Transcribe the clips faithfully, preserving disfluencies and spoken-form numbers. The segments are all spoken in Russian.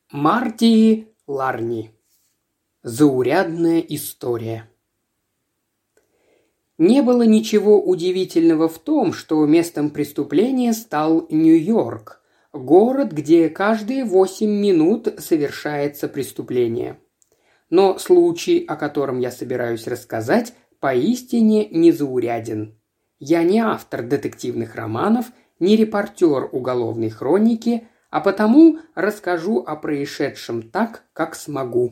Марти Ларни. Заурядная история. Не было ничего удивительного в том, что местом преступления стал Нью-Йорк, город, где каждые восемь минут совершается преступление. Но случай, о котором я собираюсь рассказать, поистине незауряден. Я не автор детективных романов, не репортер уголовной хроники, а потому расскажу о происшедшем так, как смогу.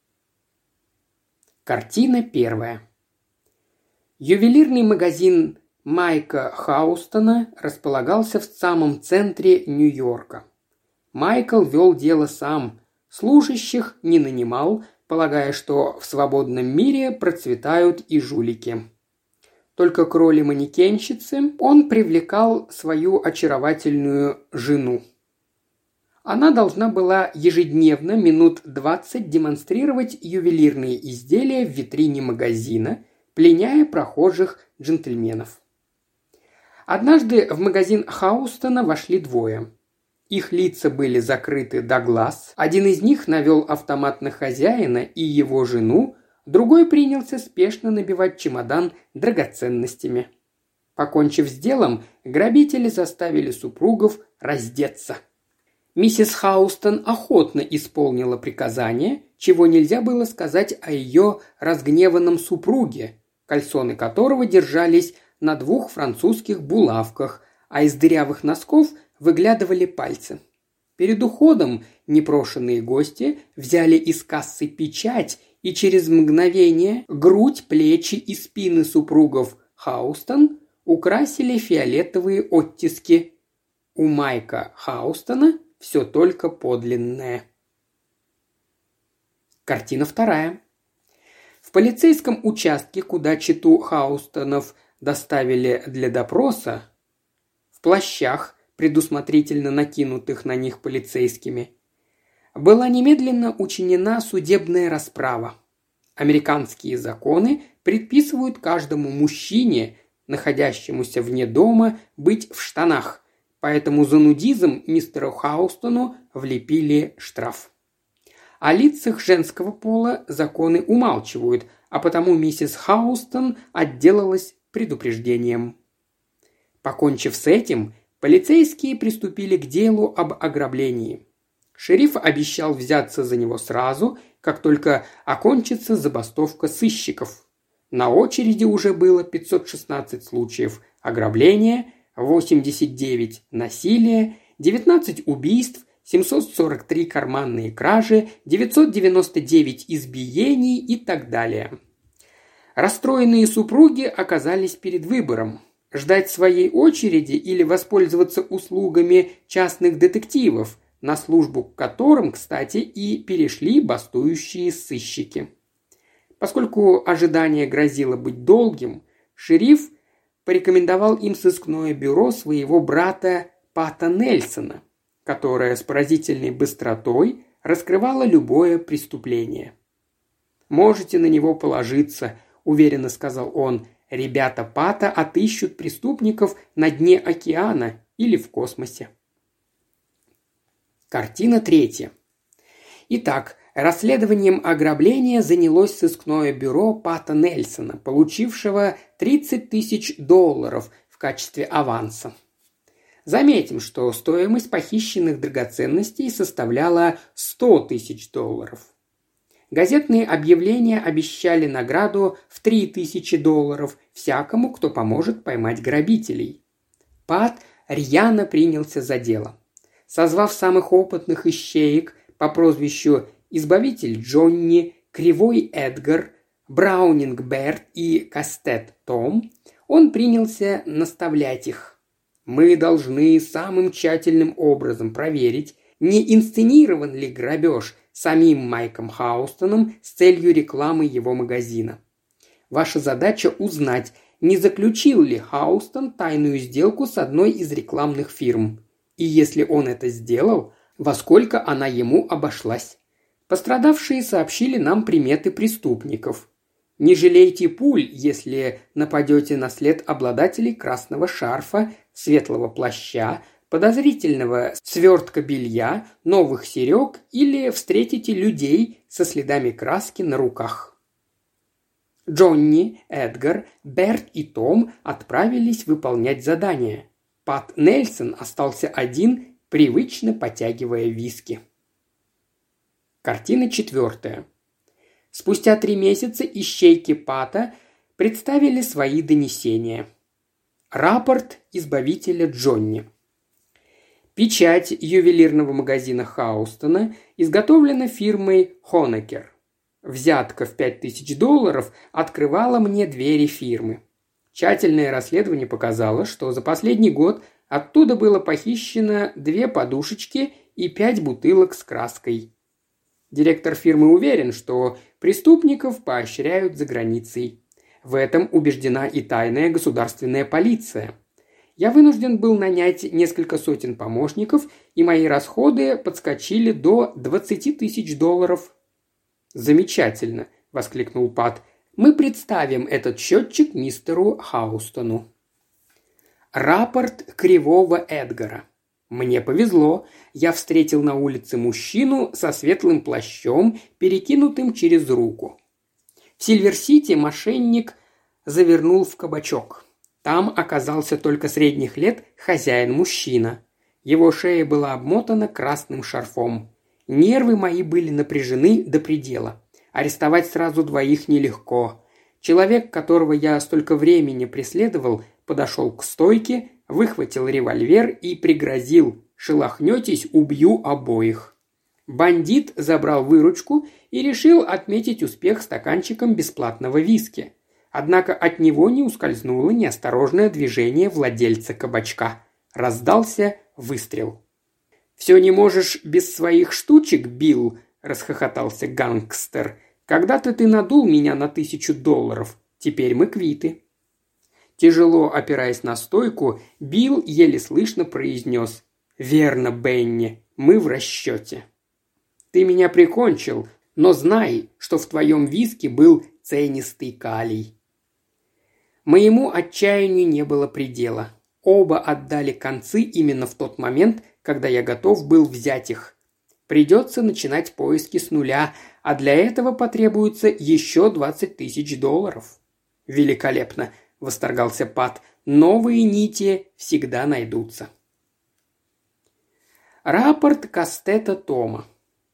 Картина первая. Ювелирный магазин Майка Хаустона располагался в самом центре Нью-Йорка. Майкл вел дело сам, служащих не нанимал, полагая, что в свободном мире процветают и жулики. Только к роли манекенщицы он привлекал свою очаровательную жену. Она должна была ежедневно минут двадцать демонстрировать ювелирные изделия в витрине магазина, пленяя прохожих джентльменов. Однажды в магазин Хаустона вошли двое. Их лица были закрыты до глаз. Один из них навел автомат на хозяина и его жену, другой принялся спешно набивать чемодан драгоценностями. Покончив с делом, грабители заставили супругов раздеться. Миссис Хаустон охотно исполнила приказание, чего нельзя было сказать о ее разгневанном супруге, кальсоны которого держались на двух французских булавках, а из дырявых носков выглядывали пальцы. Перед уходом непрошенные гости взяли из кассы печать, и через мгновение грудь, плечи и спины супругов Хаустон украсили фиолетовые оттиски. У Майка Хаустона все только подлинное. Картина вторая. В полицейском участке, куда чету Хаустонов доставили для допроса, в плащах, предусмотрительно накинутых на них полицейскими, была немедленно учинена судебная расправа. Американские законы предписывают каждому мужчине, находящемуся вне дома, быть в штанах, поэтому за нудизм мистеру Хаустону влепили штраф. О лицах женского пола законы умалчивают, а потому миссис Хаустон отделалась предупреждением. Покончив с этим, полицейские приступили к делу об ограблении. Шериф обещал взяться за него сразу, как только окончится забастовка сыщиков. На очереди уже было пятьсот шестнадцать случаев ограбления, восемьдесят девять насилия, девятнадцать убийств, семьсот сорок три карманные кражи, девятьсот девяносто девять избиений и так далее. Расстроенные супруги оказались перед выбором – ждать своей очереди или воспользоваться услугами частных детективов, на службу к которым, кстати, и перешли бастующие сыщики. Поскольку ожидание грозило быть долгим, шериф порекомендовал им сыскное бюро своего брата Пата Нельсона, которое с поразительной быстротой раскрывало любое преступление. «Можете на него положиться», – уверенно сказал он. «Ребята Пата отыщут преступников на дне океана или в космосе». Картина третья. Итак, расследованием ограбления занялось сыскное бюро Пата Нельсона, получившего тридцать тысяч долларов в качестве аванса. Заметим, что стоимость похищенных драгоценностей составляла сто тысяч долларов. Газетные объявления обещали награду в три тысячи долларов всякому, кто поможет поймать грабителей. Пат рьяно принялся за дело. Созвав самых опытных ищеек по прозвищу «Избавитель Джонни», «Кривой Эдгар», «Браунинг Берт» и «Кастет Том», он принялся наставлять их. «Мы должны самым тщательным образом проверить, не инсценирован ли грабеж самим Майком Хаустоном с целью рекламы его магазина. Ваша задача узнать, не заключил ли Хаустон тайную сделку с одной из рекламных фирм. И если он это сделал, во сколько она ему обошлась. Пострадавшие сообщили нам приметы преступников. Не жалейте пуль, если нападете на след обладателей красного шарфа, светлого плаща, подозрительного свертка белья, новых серег или встретите людей со следами краски на руках. Джонни, Эдгар, Берт и Том отправились выполнять задание. Пат Нельсон остался один, привычно потягивая виски. Картина четвертая. Спустя три месяца ищейки Пата представили свои донесения. Рапорт избавителя Джонни. Печать ювелирного магазина Хаустона изготовлена фирмой Хонекер. Взятка в пять тысяч долларов открывала мне двери фирмы. Тщательное расследование показало, что за последний год оттуда было похищено две подушечки и пять бутылок с краской. Директор фирмы уверен, что преступников поощряют за границей. В этом убеждена и тайная государственная полиция. Я вынужден был нанять несколько сотен помощников, и мои расходы подскочили до двадцати тысяч долларов. «Замечательно!» – воскликнул Пат. «Мы представим этот счетчик мистеру Хаустону». Рапорт кривого Эдгара. Мне повезло. Я встретил на улице мужчину со светлым плащом, перекинутым через руку. В Сильвер-Сити мошенник завернул в кабачок. Там оказался только средних лет хозяин-мужчина. Его шея была обмотана красным шарфом. Нервы мои были напряжены до предела. Арестовать сразу двоих нелегко. Человек, которого я столько времени преследовал, подошел к стойке, выхватил револьвер и пригрозил: «Шелохнетесь, убью обоих». Бандит забрал выручку и решил отметить успех стаканчиком бесплатного виски. Однако от него не ускользнуло неосторожное движение владельца кабачка. Раздался выстрел. «Все не можешь без своих штучек, Билл?» – расхохотался гангстер. «Когда-то ты надул меня на тысячу долларов. Теперь мы квиты». Тяжело опираясь на стойку, Билл еле слышно произнес: «Верно, Бенни, мы в расчете». «Ты меня прикончил, но знай, что в твоем виске был ценистый калий». Моему отчаянию не было предела. Оба отдали концы именно в тот момент, когда я готов был взять их. Придется начинать поиски с нуля, а для этого потребуется еще двадцать тысяч долларов. «Великолепно!» – восторгался Пат. «Новые нити всегда найдутся». Рапорт Кастета Тома.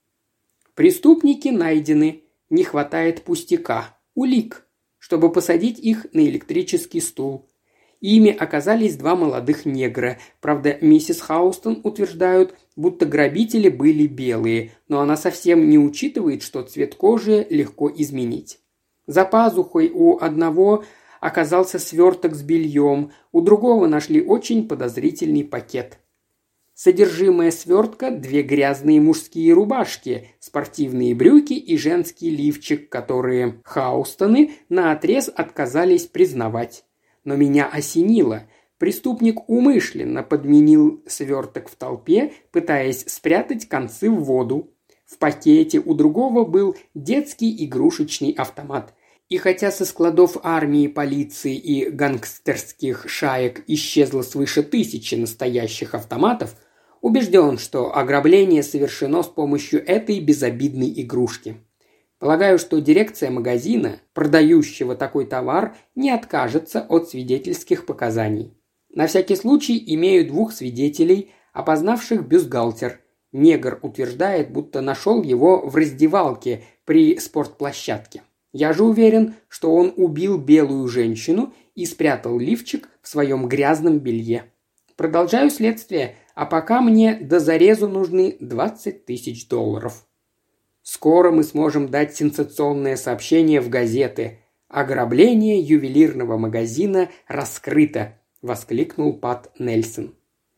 Преступники найдены. Не хватает пустяка, улик, чтобы посадить их на электрический стул. Ими оказались два молодых негра. Правда, миссис Хаустон утверждают, будто грабители были белые, но она совсем не учитывает, что цвет кожи легко изменить. За пазухой у одного оказался сверток с бельем, у другого нашли очень подозрительный пакет. Содержимое свертка – две грязные мужские рубашки, спортивные брюки и женский лифчик, которые Хаустоны наотрез отказались признавать. Но меня осенило. Преступник умышленно подменил сверток в толпе, пытаясь спрятать концы в воду. В пакете у другого был детский игрушечный автомат. И хотя со складов армии, полиции и гангстерских шаек исчезло свыше тысячи настоящих автоматов, убежден, что ограбление совершено с помощью этой безобидной игрушки. Полагаю, что дирекция магазина, продающего такой товар, не откажется от свидетельских показаний. На всякий случай имею двух свидетелей, опознавших бюстгальтер. Негр утверждает, будто нашел его в раздевалке при спортплощадке. Я же уверен, что он убил белую женщину и спрятал лифчик в своем грязном белье. Продолжаю следствие, а пока мне до зарезу нужны двадцать тысяч долларов. Скоро мы сможем дать сенсационное сообщение в газеты. «Ограбление ювелирного магазина раскрыто», – воскликнул Пат Нельсон.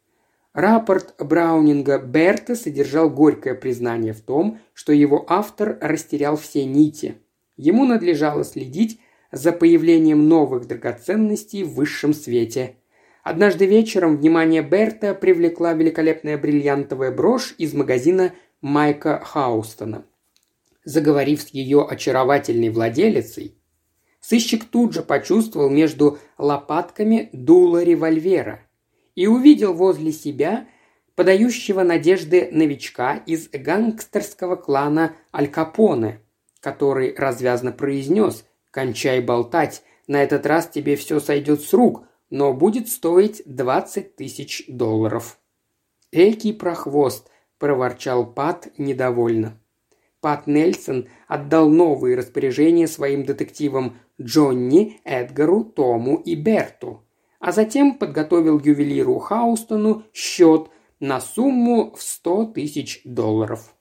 Рапорт Браунинга Берта содержал горькое признание в том, что его автор растерял все нити. Ему надлежало следить за появлением новых драгоценностей в высшем свете. Однажды вечером внимание Берта привлекла великолепная бриллиантовая брошь из магазина Майка Хаустона. Заговорив с ее очаровательной владелицей, сыщик тут же почувствовал между лопатками дуло револьвера и увидел возле себя подающего надежды новичка из гангстерского клана Аль Капоне, который развязно произнес: «Кончай болтать, на этот раз тебе все сойдет с рук, но будет стоить двадцать тысяч долларов». «Экий прохвост», – проворчал Пат недовольно. Пат Нельсон отдал новые распоряжения своим детективам Джонни, Эдгару, Тому и Берту, а затем подготовил ювелиру Хаустону счет на сумму в сто тысяч долларов.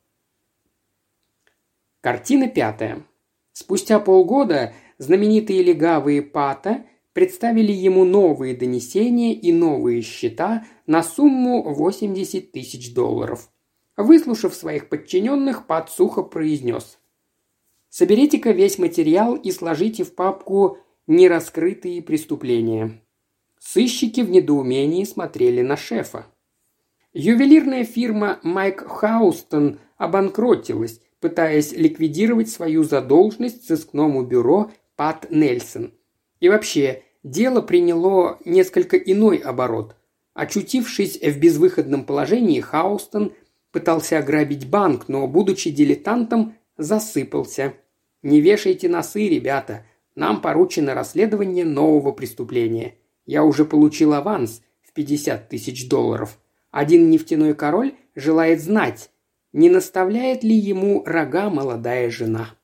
Картина пятая. Спустя полгода знаменитые легавые Пата представили ему новые донесения и новые счета на сумму восемьдесят тысяч долларов. Выслушав своих подчиненных, Пат сухо произнес: «Соберите-ка весь материал и сложите в папку «Нераскрытые преступления». Сыщики в недоумении смотрели на шефа. Ювелирная фирма Майк Хаустон обанкротилась, пытаясь ликвидировать свою задолженность сыскному бюро Пат Нельсон. И вообще, дело приняло несколько иной оборот. Очутившись в безвыходном положении, Хаустон пытался ограбить банк, но, будучи дилетантом, засыпался. «Не вешайте носы, ребята. Нам поручено расследование нового преступления. Я уже получил аванс в пятьдесят тысяч долларов. Один нефтяной король желает знать, не наставляет ли ему рога молодая жена».